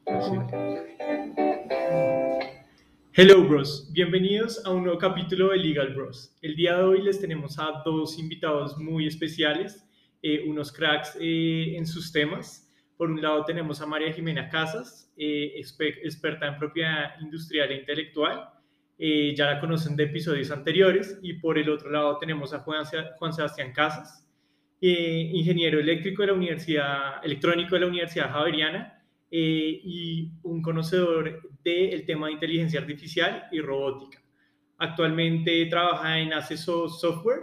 Así. Hello Bros, bienvenidos a un nuevo capítulo de Legal Bros. El día de hoy les tenemos a dos invitados muy especiales, unos cracks en sus temas. Por un lado tenemos a María Jimena Casas, experta en propiedad industrial e intelectual. Ya la conocen de episodios anteriores. Y por el otro lado tenemos a Juan Sebastián Casas, ingeniero electrónico de la Universidad Javeriana, y un conocedor del tema de inteligencia artificial y robótica. Actualmente trabaja en Acceso Software,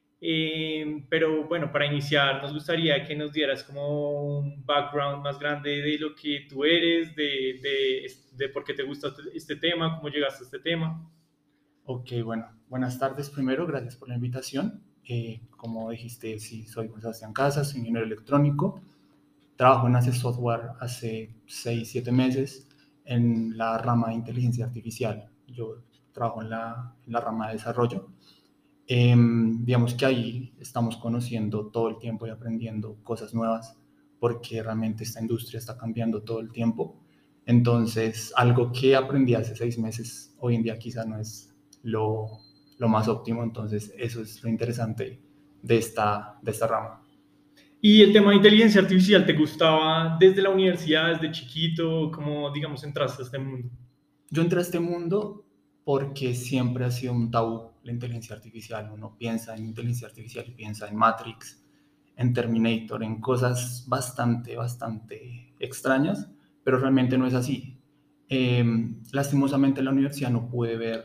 pero bueno, para iniciar nos gustaría que nos dieras como un background más grande de lo que tú eres, de por qué te gusta este tema, cómo llegaste a este tema. Ok, bueno, buenas tardes primero, gracias por la invitación. Como dijiste, sí, soy Juan Sebastián Casas, soy ingeniero electrónico. Trabajo en Ace Software hace 6, 7 meses en la rama de inteligencia artificial. Yo trabajo en la rama de desarrollo. Digamos que ahí estamos conociendo todo el tiempo y aprendiendo cosas nuevas porque realmente esta industria está cambiando todo el tiempo. Entonces, algo que aprendí hace 6 meses, hoy en día quizá no es lo, lo más óptimo. Entonces, eso es lo interesante de esta rama. ¿Y el tema de inteligencia artificial te gustaba desde la universidad, desde chiquito? ¿Cómo, digamos, entraste a este mundo? Yo entré a este mundo porque siempre ha sido un tabú la inteligencia artificial. Uno piensa en inteligencia artificial y piensa en Matrix, en Terminator, en cosas bastante extrañas, pero realmente no es así. Lastimosamente en la universidad no pude ver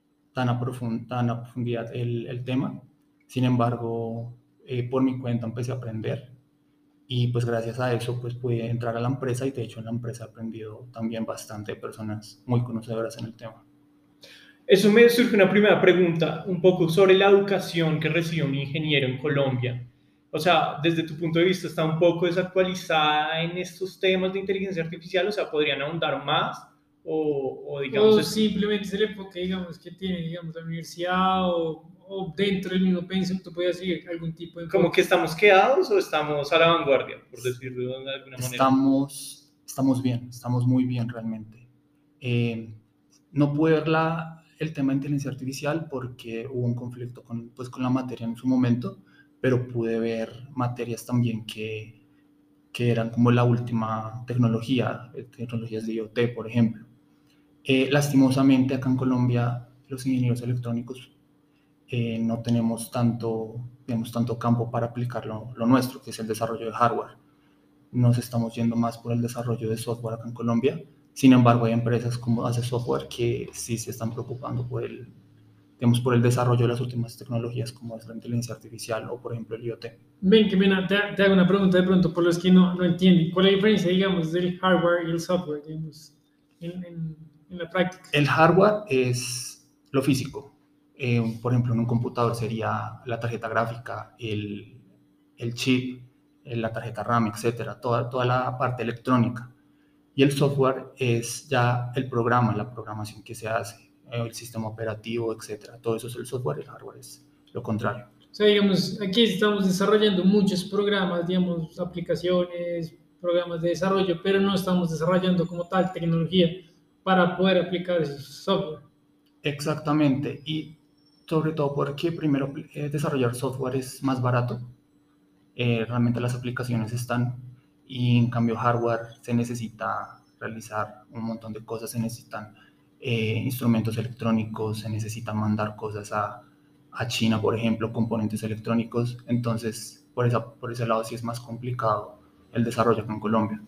tan a profundidad el tema. Sin embargo, por mi cuenta empecé a aprender y pues gracias a eso pues pude entrar a la empresa, y de hecho en la empresa he aprendido también bastante de personas muy conocedoras en el tema. Eso me surge una primera pregunta, un poco sobre la educación que recibe un ingeniero en Colombia. O sea, desde tu punto de vista, ¿está un poco desactualizada en estos temas de inteligencia artificial? O sea, ¿podrían ahondar más? O digamos, O simplemente es el enfoque, digamos, que tiene, digamos, la universidad o dentro del mismo pensum tú puedes seguir algún tipo de como que enfoque. estamos quedados o estamos a la vanguardia, por decirlo de alguna manera. Estamos bien, estamos muy bien realmente. No pude ver el tema de inteligencia artificial porque hubo un conflicto con la materia en su momento, pero pude ver materias también que eran como la última tecnología, tecnologías de IoT, por ejemplo. Lastimosamente acá en Colombia los ingenieros electrónicos no tenemos tanto campo para aplicar lo nuestro, que es el desarrollo de hardware. Nos estamos yendo más por el desarrollo de software acá en Colombia. Sin embargo, hay empresas como Ace Software que sí se están preocupando por el desarrollo de las últimas tecnologías, como es la inteligencia artificial o, por ejemplo, el IoT. Ven, que ven, te hago una pregunta de pronto por los que no entienden. ¿Cuál es la diferencia, digamos, del hardware y el software, digamos, en la práctica? El hardware es lo físico. Por ejemplo, en un computador sería la tarjeta gráfica, el chip, la tarjeta RAM, etcétera, toda la parte electrónica. Y el software es ya el programa, la programación que se hace, el sistema operativo, etcétera. Todo eso es el software, el hardware es lo contrario. O sea, digamos, aquí estamos desarrollando muchos programas, digamos, aplicaciones, programas de desarrollo, pero no estamos desarrollando como tal tecnología para poder aplicar ese software. Exactamente. Y sobre todo porque primero desarrollar software es más barato. Realmente las aplicaciones están, y en cambio hardware se necesita realizar un montón de cosas. Se necesitan instrumentos electrónicos, se necesitan mandar cosas a China, por ejemplo, componentes electrónicos. Entonces, por ese lado sí es más complicado el desarrollo acá en Colombia.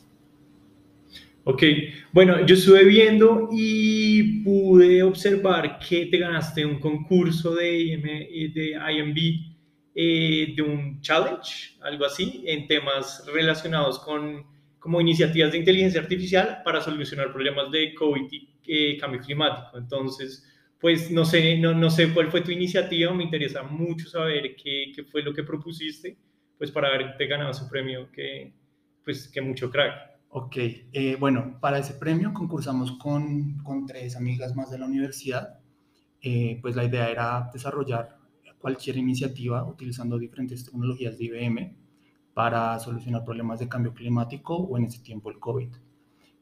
Ok, bueno, yo estuve viendo y pude observar que te ganaste un concurso de IMB, de un challenge, algo así, en temas relacionados con como iniciativas de inteligencia artificial para solucionar problemas de COVID y cambio climático. Entonces, pues no sé cuál fue tu iniciativa, me interesa mucho saber qué fue lo que propusiste, pues para haberte ganado ese premio pues, que mucho crack. Ok, bueno, para ese premio concursamos con 3 amigas más de la universidad. Pues la idea era desarrollar cualquier iniciativa utilizando diferentes tecnologías de IBM para solucionar problemas de cambio climático o en ese tiempo el COVID.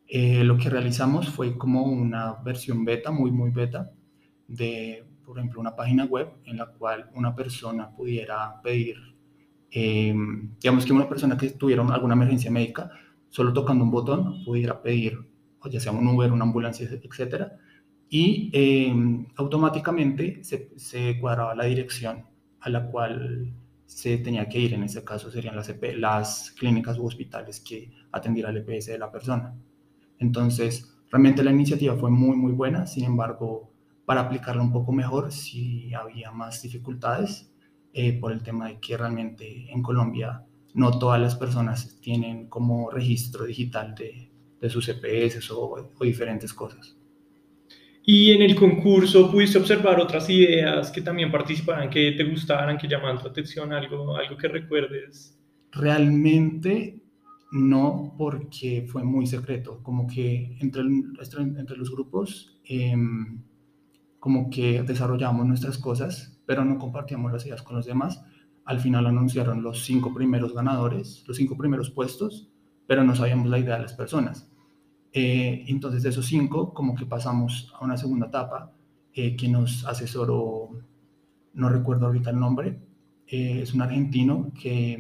Lo que realizamos fue como una versión beta, muy beta, de, por ejemplo, una página web en la cual una persona pudiera pedir, digamos que una persona que tuviera alguna emergencia médica, solo tocando un botón, pudiera pedir, o ya sea un Uber, una ambulancia, etcétera, y automáticamente se cuadraba la dirección a la cual se tenía que ir. En este caso serían las clínicas u hospitales que atendiera el EPS de la persona. Entonces, realmente la iniciativa fue muy buena. Sin embargo, para aplicarla un poco mejor, sí había más dificultades por el tema de que realmente en Colombia no todas las personas tienen como registro digital de sus EPS o diferentes cosas. Y en el concurso pudiste observar otras ideas que también participaran, que te gustaran, que llamaran tu atención, algo que recuerdes. Realmente no, porque fue muy secreto, como que entre los grupos, como que desarrollamos nuestras cosas, pero no compartíamos las ideas con los demás. Al final anunciaron los 5 primeros ganadores, los 5 primeros puestos, pero no sabíamos la idea de las personas. Entonces de esos 5, como que pasamos a una segunda etapa que nos asesoró, no recuerdo ahorita el nombre, es un argentino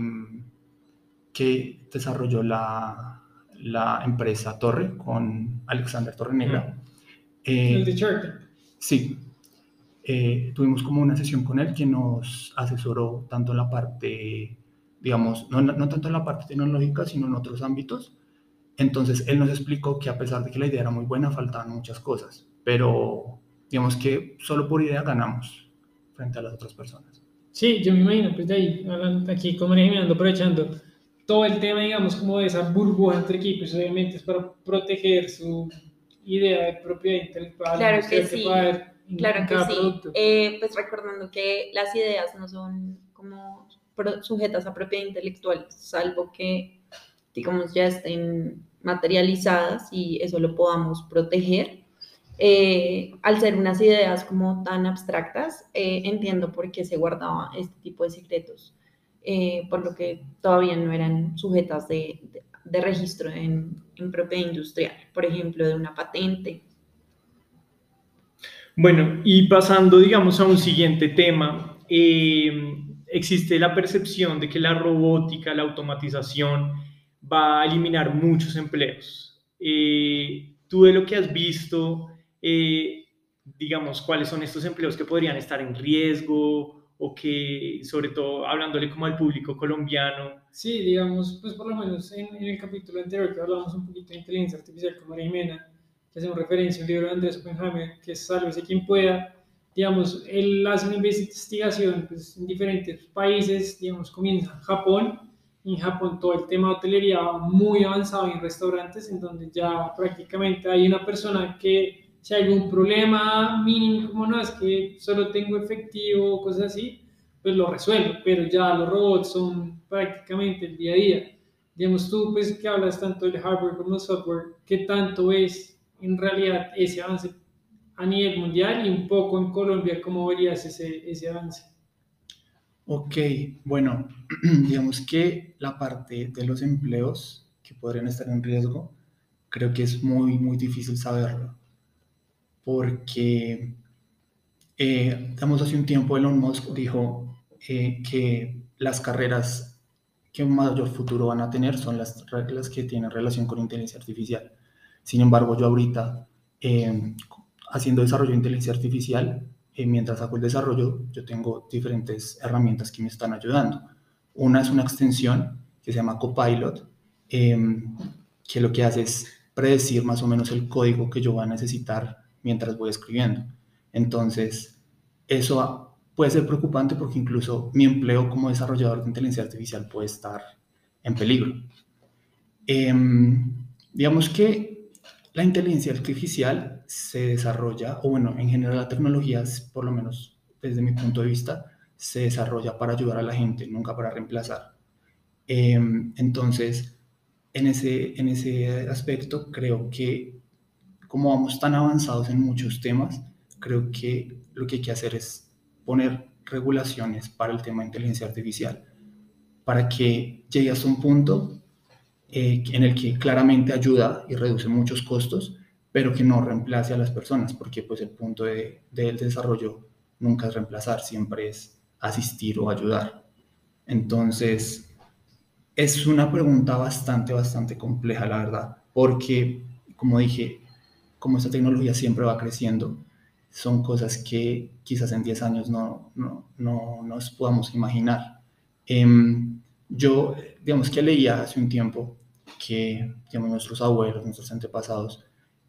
que desarrolló la empresa Torre con Alexander Torrenegra. El de Shark Tank. Sí, tuvimos como una sesión con él que nos asesoró tanto en la parte, digamos, no tanto en la parte tecnológica, sino en otros ámbitos. Entonces, él nos explicó que a pesar de que la idea era muy buena, faltaban muchas cosas, pero digamos que solo por idea ganamos frente a las otras personas. Sí, yo me imagino, pues de ahí, aquí como Regimiento, aprovechando todo el tema, digamos, como de esa burbuja entre equipos, obviamente es para proteger su idea de propiedad intelectual. Claro que sí, claro que sí. Producto. Pues recordando que las ideas no son como sujetas a propiedad intelectual, salvo que, digamos, ya estén materializadas y eso lo podamos proteger. Al ser unas ideas como tan abstractas, entiendo por qué se guardaba este tipo de secretos, por lo que todavía no eran sujetas de registro en propiedad industrial, por ejemplo, de una patente. Bueno, y pasando, digamos, a un siguiente tema, existe la percepción de que la robótica, la automatización va a eliminar muchos empleos. Tú de lo que has visto, digamos, ¿cuáles son estos empleos que podrían estar en riesgo o que, sobre todo, hablándole como al público colombiano? Sí, digamos, pues por lo menos en el capítulo anterior que hablamos un poquito de inteligencia artificial con María Jimena, que hacemos referencia a un libro de Andrés Oppenheimer, que es Sálvese quien pueda. Digamos, él hace una investigación pues, en diferentes países, digamos, comienza en Japón. En Japón todo el tema de hotelería va muy avanzado en restaurantes, en donde ya prácticamente hay una persona que si hay algún problema mínimo, como no, es que solo tengo efectivo o cosas así, pues lo resuelve, pero ya los robots son prácticamente el día a día. Digamos, tú pues que hablas tanto del hardware como del software, ¿qué tanto es en realidad ese avance a nivel mundial y un poco en Colombia, cómo verías ese avance? Ok, bueno, digamos que la parte de los empleos que podrían estar en riesgo, creo que es muy difícil saberlo, porque, digamos, hace un tiempo Elon Musk dijo que las carreras que mayor futuro van a tener son las reglas que tienen relación con inteligencia artificial. Sin embargo, yo ahorita, haciendo desarrollo de inteligencia artificial, mientras hago el desarrollo, yo tengo diferentes herramientas que me están ayudando. Una es una extensión que se llama Copilot, que lo que hace es predecir más o menos el código que yo voy a necesitar mientras voy escribiendo. Entonces, eso puede ser preocupante porque incluso mi empleo como desarrollador de inteligencia artificial puede estar en peligro. Digamos que la inteligencia artificial se desarrolla, o bueno, en general la tecnología, por lo menos desde mi punto de vista, se desarrolla para ayudar a la gente, nunca para reemplazar. Entonces, en ese aspecto, creo que como vamos tan avanzados en muchos temas, creo que lo que hay que hacer es poner regulaciones para el tema de inteligencia artificial, para que llegue hasta un punto en el que claramente ayuda y reduce muchos costos, pero que no reemplace a las personas, porque pues el punto del desarrollo nunca es reemplazar, siempre es asistir o ayudar. Entonces, es una pregunta bastante compleja, la verdad, porque, como dije, como esta tecnología siempre va creciendo, son cosas que quizás en 10 años no nos podamos imaginar. Yo, digamos que leía hace un tiempo que, digamos, nuestros abuelos, nuestros antepasados,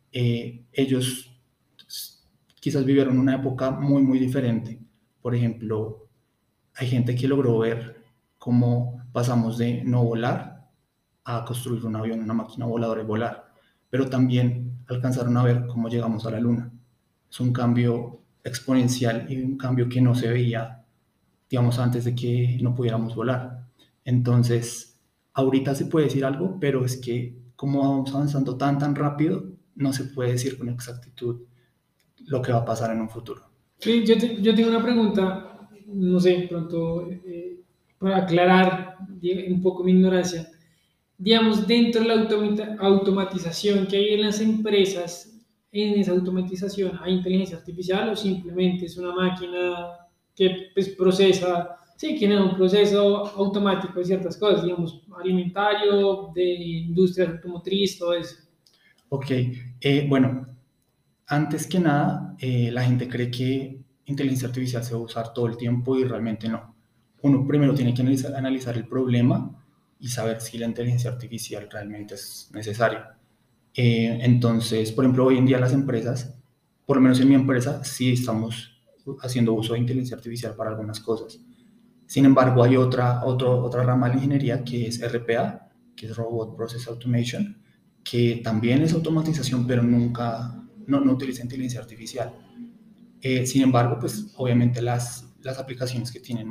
ellos quizás vivieron una época muy diferente. Por ejemplo, hay gente que logró ver cómo pasamos de no volar a construir un avión, una máquina voladora y volar, pero también alcanzaron a ver cómo llegamos a la Luna. Es un cambio exponencial y un cambio que no se veía, digamos, antes de que no pudiéramos volar. Entonces, ahorita se puede decir algo, pero es que como vamos avanzando tan rápido, no se puede decir con exactitud lo que va a pasar en un futuro. Sí, yo tengo una pregunta, no sé, pronto, para aclarar un poco mi ignorancia. Digamos, dentro de la automatización que hay en las empresas, en esa automatización hay inteligencia artificial o simplemente es una máquina que pues, procesa, sí, tiene un proceso automático de ciertas cosas, digamos, alimentario, de industria automotriz, todo eso. Ok, bueno, antes que nada, la gente cree que inteligencia artificial se va a usar todo el tiempo y realmente no. Uno primero tiene que analizar el problema y saber si la inteligencia artificial realmente es necesaria. Entonces, por ejemplo, hoy en día las empresas, por lo menos en mi empresa, sí estamos haciendo uso de inteligencia artificial para algunas cosas. Sin embargo, hay otra rama de la ingeniería que es RPA, que es Robot Process Automation, que también es automatización, pero no utiliza inteligencia artificial. Sin embargo, pues obviamente las aplicaciones que tienen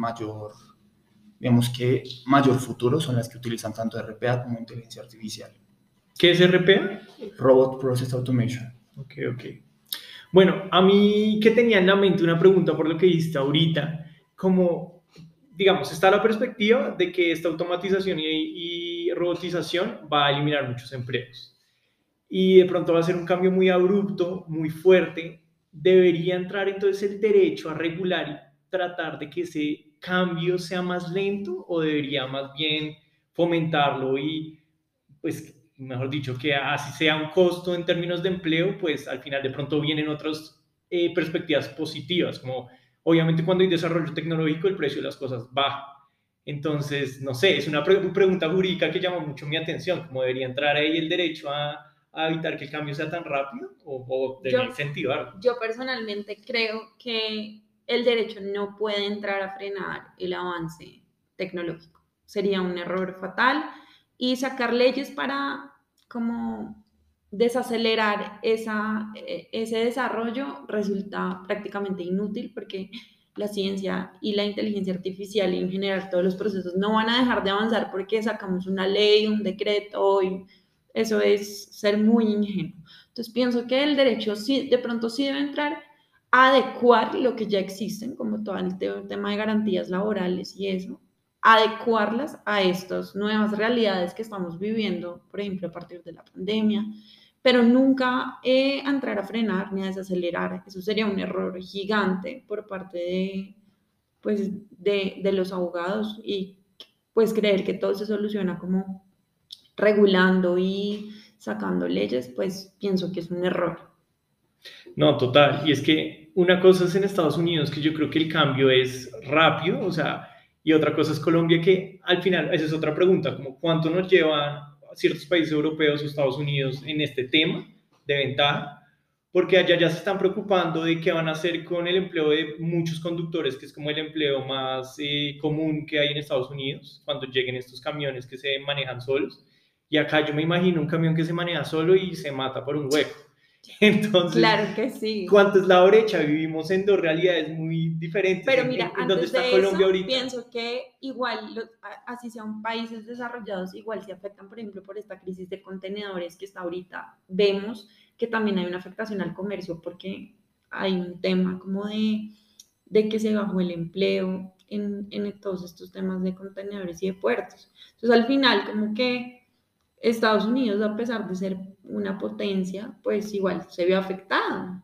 mayor futuro son las que utilizan tanto RPA como inteligencia artificial. ¿Qué es RPA? Robot Process Automation. Ok. Bueno, a mí que tenía en la mente una pregunta por lo que dijiste ahorita, como, digamos, está la perspectiva de que esta automatización y robotización va a eliminar muchos empleos. Y de pronto va a ser un cambio muy abrupto, muy fuerte. ¿Debería entrar entonces el derecho a regular y tratar de que ese cambio sea más lento o debería más bien fomentarlo y, pues, mejor dicho, que así sea un costo en términos de empleo, pues al final de pronto vienen otras perspectivas positivas, como obviamente cuando hay desarrollo tecnológico el precio de las cosas baja. Entonces, no sé, es una pregunta jurídica que llama mucho mi atención, cómo debería entrar ahí el derecho a evitar que el cambio sea tan rápido o debería incentivarlo. Yo personalmente creo que el derecho no puede entrar a frenar el avance tecnológico. Sería un error fatal y sacar leyes para como desacelerar ese desarrollo resulta prácticamente inútil porque la ciencia y la inteligencia artificial y en general todos los procesos no van a dejar de avanzar porque sacamos una ley, un decreto y eso es ser muy ingenuo. Entonces pienso que el derecho sí, de pronto sí debe entrar a adecuar lo que ya existen, como todo el tema de garantías laborales y eso, adecuarlas a estas nuevas realidades que estamos viviendo, por ejemplo, a partir de la pandemia, pero nunca entrar a frenar ni a desacelerar. Eso sería un error gigante por parte pues, de los abogados y pues creer que todo se soluciona como regulando y sacando leyes, pues pienso que es un error. No, total. Y es que una cosa es en Estados Unidos, que yo creo que el cambio es rápido, o sea, y otra cosa es Colombia, que al final, esa es otra pregunta, como cuánto nos llevan ciertos países europeos o Estados Unidos en este tema de ventaja, porque allá ya se están preocupando de qué van a hacer con el empleo de muchos conductores, que es como el empleo más común que hay en Estados Unidos, cuando lleguen estos camiones que se manejan solos. Y acá yo me imagino un camión que se maneja solo y se mata por un hueco. Entonces, claro que sí. ¿cuánto es la brecha? Vivimos en dos realidades muy diferentes. Pero mira, ¿En dónde antes está de Colombia eso, ahorita? pienso que igual, así sean países desarrollados, igual se afectan, por ejemplo, por esta crisis de contenedores que está ahorita. Vemos que también hay una afectación al comercio porque hay un tema como de que se bajó el empleo en todos estos temas de contenedores y de puertos. Entonces, al final, como que Estados Unidos, a pesar de ser una potencia, pues igual se vio afectado.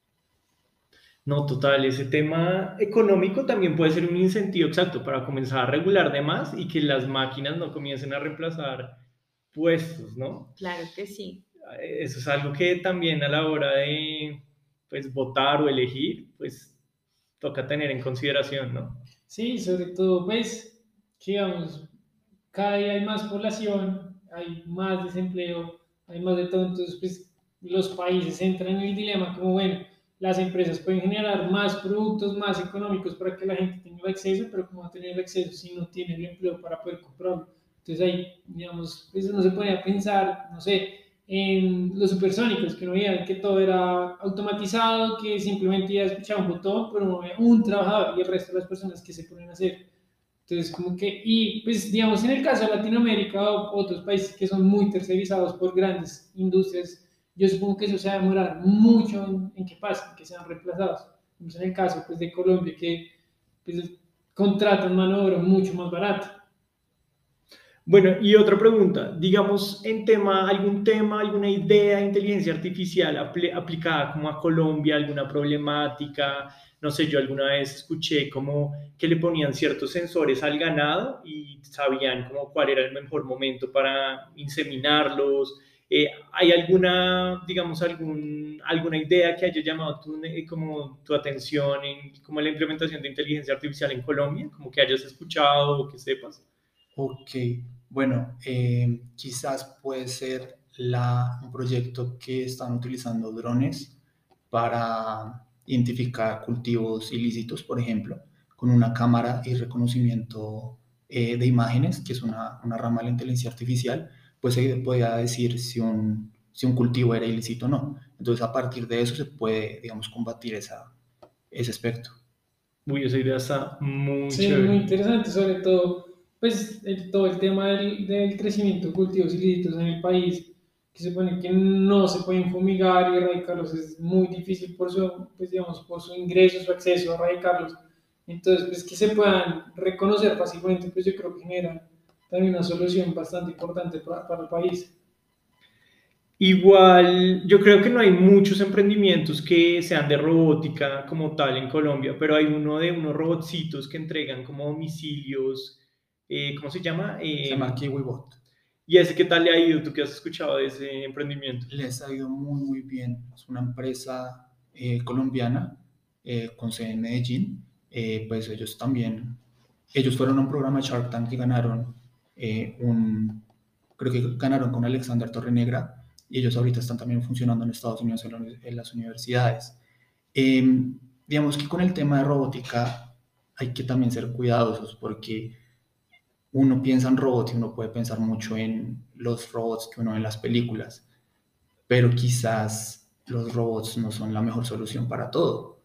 No, total, ese tema económico también puede ser un incentivo exacto para comenzar a regular de más y que las máquinas no comiencen a reemplazar puestos, ¿no? Claro que sí. Eso es algo que también a la hora de, pues, votar o elegir, pues, toca tener en consideración, ¿no? Sí, sobre todo, pues, que digamos, cada día hay más población, hay más desempleo, hay más de todo, entonces, pues, los países entran en el dilema como, bueno, las empresas pueden generar más productos más económicos para que la gente tenga el acceso, pero ¿cómo va a tener el acceso si no tiene el empleo para poder comprarlo? Entonces ahí, digamos, pues uno se pone a pensar, no sé, en los supersónicos, que no veían que todo era automatizado, que simplemente ya escuchaba un botón, pero no había un trabajador y el resto de las personas que se ponen a hacer. Entonces, como que, y pues digamos, en el caso de Latinoamérica o otros países que son muy tercerizados por grandes industrias, yo supongo que eso se va a demorar mucho en que pase, en que sean reemplazados. Como es en el caso pues, de Colombia, que pues, contratan mano de obra mucho más barata. Bueno, y otra pregunta, digamos, algún tema, alguna idea de inteligencia artificial aplicada como a Colombia, alguna problemática, no sé, yo alguna vez escuché como que le ponían ciertos sensores al ganado y sabían como cuál era el mejor momento para inseminarlos. ¿Hay alguna, digamos, alguna idea que haya llamado como tu atención en como la implementación de inteligencia artificial en Colombia, como que hayas escuchado o que sepas? Ok, bueno, quizás puede ser un proyecto que están utilizando drones para identificar cultivos ilícitos, por ejemplo, con una cámara y reconocimiento de imágenes, que es una rama de la inteligencia artificial, pues se podía decir si un cultivo era ilícito o no. Entonces, a partir de eso se puede, digamos, combatir ese aspecto. Uy, esa idea está muy Sí, muy chévere. interesante, sobre todo, pues, todo el tema del crecimiento de cultivos ilícitos en el país, que se supone que no se pueden fumigar y erradicarlos, es muy difícil por su, pues, digamos, por su ingreso, su acceso a erradicarlos. Entonces, pues, que se puedan reconocer fácilmente, pues, yo creo que genera también una solución bastante importante para el país. Igual, yo creo que no hay muchos emprendimientos que sean de robótica como tal en Colombia, pero hay uno de unos robotcitos que entregan como domicilios, ¿cómo se llama? Se llama KiwiBot. ¿Y ese qué tal le ha ido? ¿Tú qué has escuchado de ese emprendimiento? Les ha ido muy, muy bien. Es una empresa colombiana con sede en Medellín. Pues ellos fueron a un programa de Shark Tank y ganaron creo que ganaron con Alexander Torrenegra y ellos ahorita están también funcionando en Estados Unidos en las universidades. Eh, digamos que con el tema de robótica hay que también ser cuidadosos porque uno piensa en robots y uno puede pensar mucho en los robots que uno ve en las películas, pero quizás los robots no son la mejor solución para todo.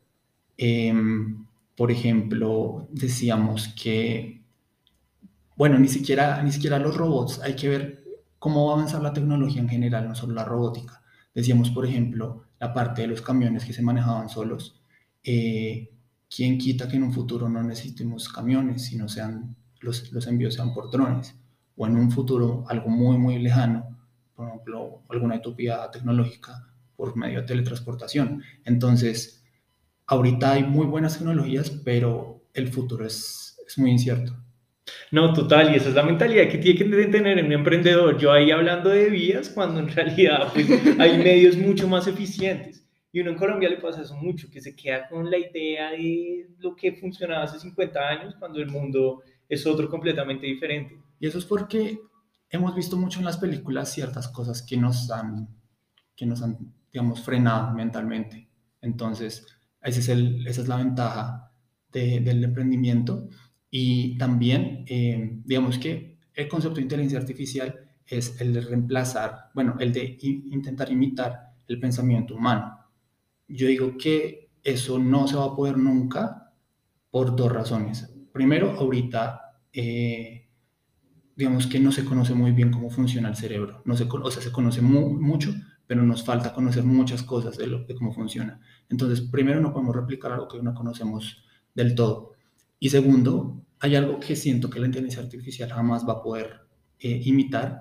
Por ejemplo, decíamos que, bueno, ni siquiera los robots, hay que ver cómo va a avanzar la tecnología en general, no solo la robótica. Decíamos, por ejemplo, la parte de los camiones que se manejaban solos. Eh, ¿Quién quita que en un futuro no necesitemos camiones, sino los envíos sean por drones? O en un futuro algo muy, muy lejano, por ejemplo, alguna utopía tecnológica por medio de teletransportación. Entonces, ahorita hay muy buenas tecnologías, pero el futuro es muy incierto. No, total, y esa es la mentalidad que tiene que tener un emprendedor. Yo ahí hablando de vías, cuando en realidad pues, hay medios mucho más eficientes. Y uno en Colombia le pasa eso mucho, que se queda con la idea de lo que funcionaba hace 50 años, cuando el mundo es otro completamente diferente. Y eso es porque hemos visto mucho en las películas ciertas cosas que nos han, digamos, frenado mentalmente. Entonces, esa es la ventaja del emprendimiento. Y también, digamos que el concepto de inteligencia artificial es el de reemplazar, bueno, el de intentar imitar el pensamiento humano. Yo digo que eso no se va a poder nunca por dos razones. Primero, ahorita, digamos que no se conoce muy bien cómo funciona el cerebro. No se, o sea, se conoce mucho, pero nos falta conocer muchas cosas de cómo funciona. Entonces, primero, no podemos replicar algo que no conocemos del todo. Y segundo, hay algo que siento que la inteligencia artificial jamás va a poder imitar,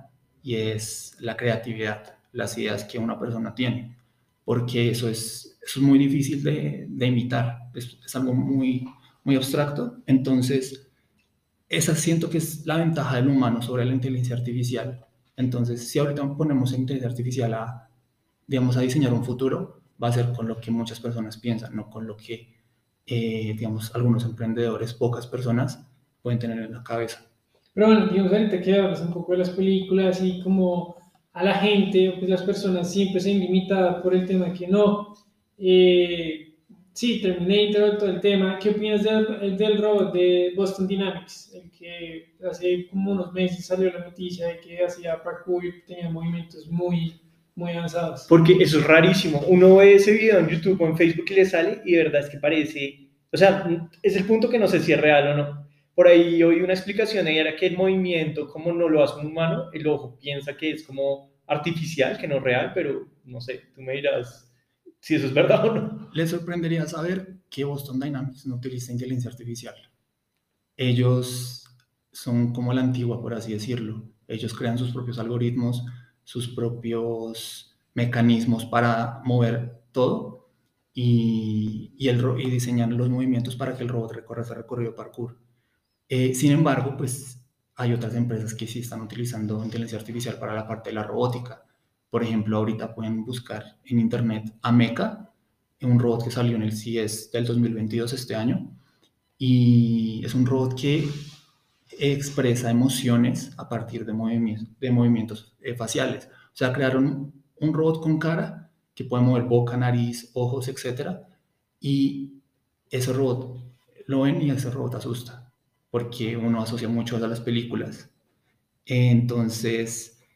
y es la creatividad, las ideas que una persona tiene, porque eso es muy difícil de imitar, es algo muy, muy abstracto. Entonces, esa siento que es la ventaja del humano sobre la inteligencia artificial. Entonces, si ahorita ponemos a inteligencia artificial a, digamos, a diseñar un futuro, va a ser con lo que muchas personas piensan, no con lo que, digamos, algunos emprendedores, pocas personas, pueden tener en la cabeza. Pero bueno, digamos, ahorita que hablas un poco de las películas y como a la gente, pues las personas siempre se ven limitadas por el tema que no. Sí, Terminator, todo el tema. ¿Qué opinas del robot de Boston Dynamics? El que hace como unos meses salió la noticia de que hacía parkour y tenía movimientos muy, muy avanzados. Porque eso es rarísimo. Uno ve ese video en YouTube o en Facebook y le sale y de verdad es que parece, o sea, es el punto que no sé si es real o no. Por ahí oí una explicación y era que el movimiento, como no lo hace un humano, el ojo piensa que es como artificial, que no es real, pero no sé, tú me dirás si eso es verdad o no. Les sorprendería saber que Boston Dynamics no utiliza inteligencia artificial. Ellos son como la antigua, por así decirlo. Ellos crean sus propios algoritmos, sus propios mecanismos para mover todo y diseñan los movimientos para que el robot recorra ese recorrido parkour. Sin embargo, pues hay otras empresas que sí están utilizando inteligencia artificial para la parte de la robótica. Por ejemplo, ahorita pueden buscar en internet a Mecha, un robot que salió en el CES del 2022 este año, y es un robot que expresa emociones a partir de movimientos faciales. O sea, crearon un robot con cara que puede mover boca, nariz, ojos, etc. Y ese robot lo ven y ese robot asusta, porque uno asocia mucho a las películas. Entonces,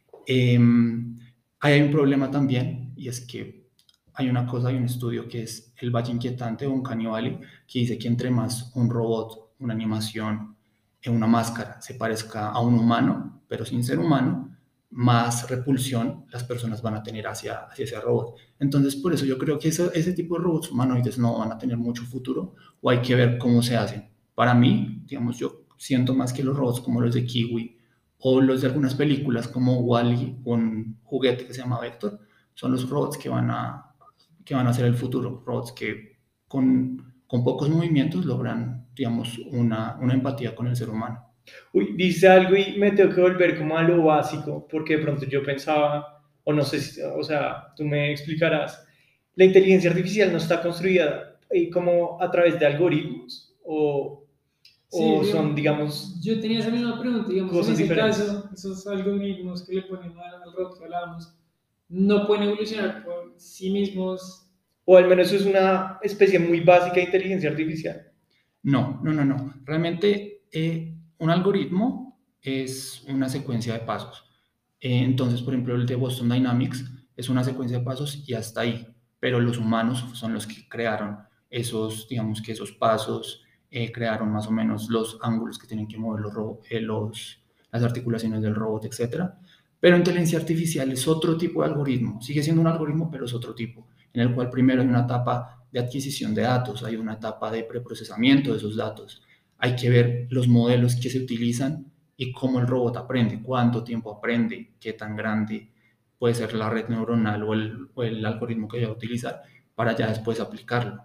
hay un problema también, y es que hay una cosa, hay un estudio que es el Valle Inquietante o un Valley, que dice que entre más un robot, una animación, una máscara se parezca a un humano, pero sin ser humano, más repulsión las personas van a tener hacia ese robot. Entonces, por eso yo creo que ese tipo de robots humanoides no van a tener mucho futuro, o hay que ver cómo se hacen. Para mí, digamos, yo siento más que los robots como los de Kiwi o los de algunas películas como Wall-E, un juguete que se llama Vector, son los robots que van a ser el futuro, robots que con pocos movimientos logran, digamos, una empatía con el ser humano. Uy, dice algo y me tengo que volver como a lo básico, porque de pronto yo pensaba, o no sé si, o sea, tú me explicarás, la inteligencia artificial no está construida como a través de algoritmos Sí, o son, digamos, yo tenía esa misma pregunta, digamos, en cosas ese diferentes. caso, esos algoritmos que le ponen al robot que hablábamos, no pueden evolucionar por sí mismos. O al menos es una especie muy básica de inteligencia artificial. No. Realmente un algoritmo es una secuencia de pasos. Entonces, por ejemplo, el de Boston Dynamics es una secuencia de pasos y hasta ahí. Pero los humanos son los que crearon esos, digamos que esos pasos, crearon más o menos los ángulos que tienen que mover las articulaciones del robot, etc. Pero inteligencia artificial es otro tipo de algoritmo. Sigue siendo un algoritmo, pero es otro tipo, en el cual primero hay una etapa de adquisición de datos, hay una etapa de preprocesamiento de esos datos. Hay que ver los modelos que se utilizan y cómo el robot aprende, cuánto tiempo aprende, qué tan grande puede ser la red neuronal o el algoritmo que vaya a utilizar para ya después aplicarlo.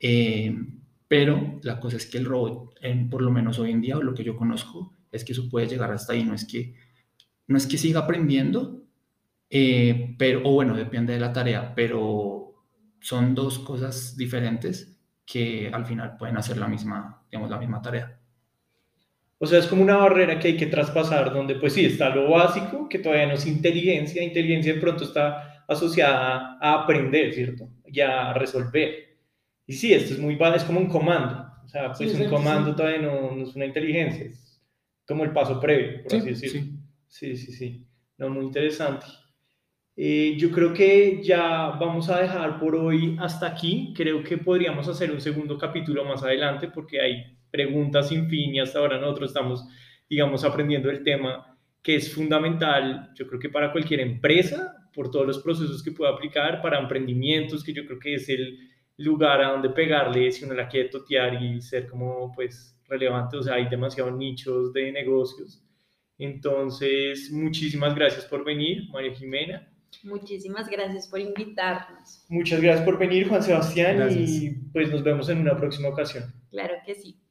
Pero la cosa es que el robot, por lo menos hoy en día, o lo que yo conozco, es que eso puede llegar hasta ahí. No es que siga aprendiendo, pero, o bueno, depende de la tarea, pero son dos cosas diferentes que al final pueden hacer la misma, digamos, la misma tarea. O sea, es como una barrera que hay que traspasar, donde pues sí está lo básico, que todavía no es inteligencia, inteligencia de pronto está asociada a aprender, ¿cierto? Y a resolver. Y sí, esto es muy básico, es como un comando. O sea, Sí, pues un exacto, comando sí. todavía no es una inteligencia, es como el paso previo, por así Sí, decirlo. sí. Sí. No, muy interesante. Yo creo que ya vamos a dejar por hoy hasta aquí. Creo que podríamos hacer un segundo capítulo más adelante porque hay preguntas sin fin y hasta ahora nosotros estamos, digamos, aprendiendo el tema que es fundamental, yo creo que para cualquier empresa, por todos los procesos que pueda aplicar, para emprendimientos, que yo creo que es el lugar a donde pegarle si uno la quiere totear y ser como, pues, relevante. O sea, hay demasiados nichos de negocios Entonces, muchísimas gracias por venir, María Jimena. Muchísimas gracias por invitarnos. Muchas gracias por venir, Juan Sebastián, Gracias. y pues nos vemos en una próxima ocasión. Claro que sí.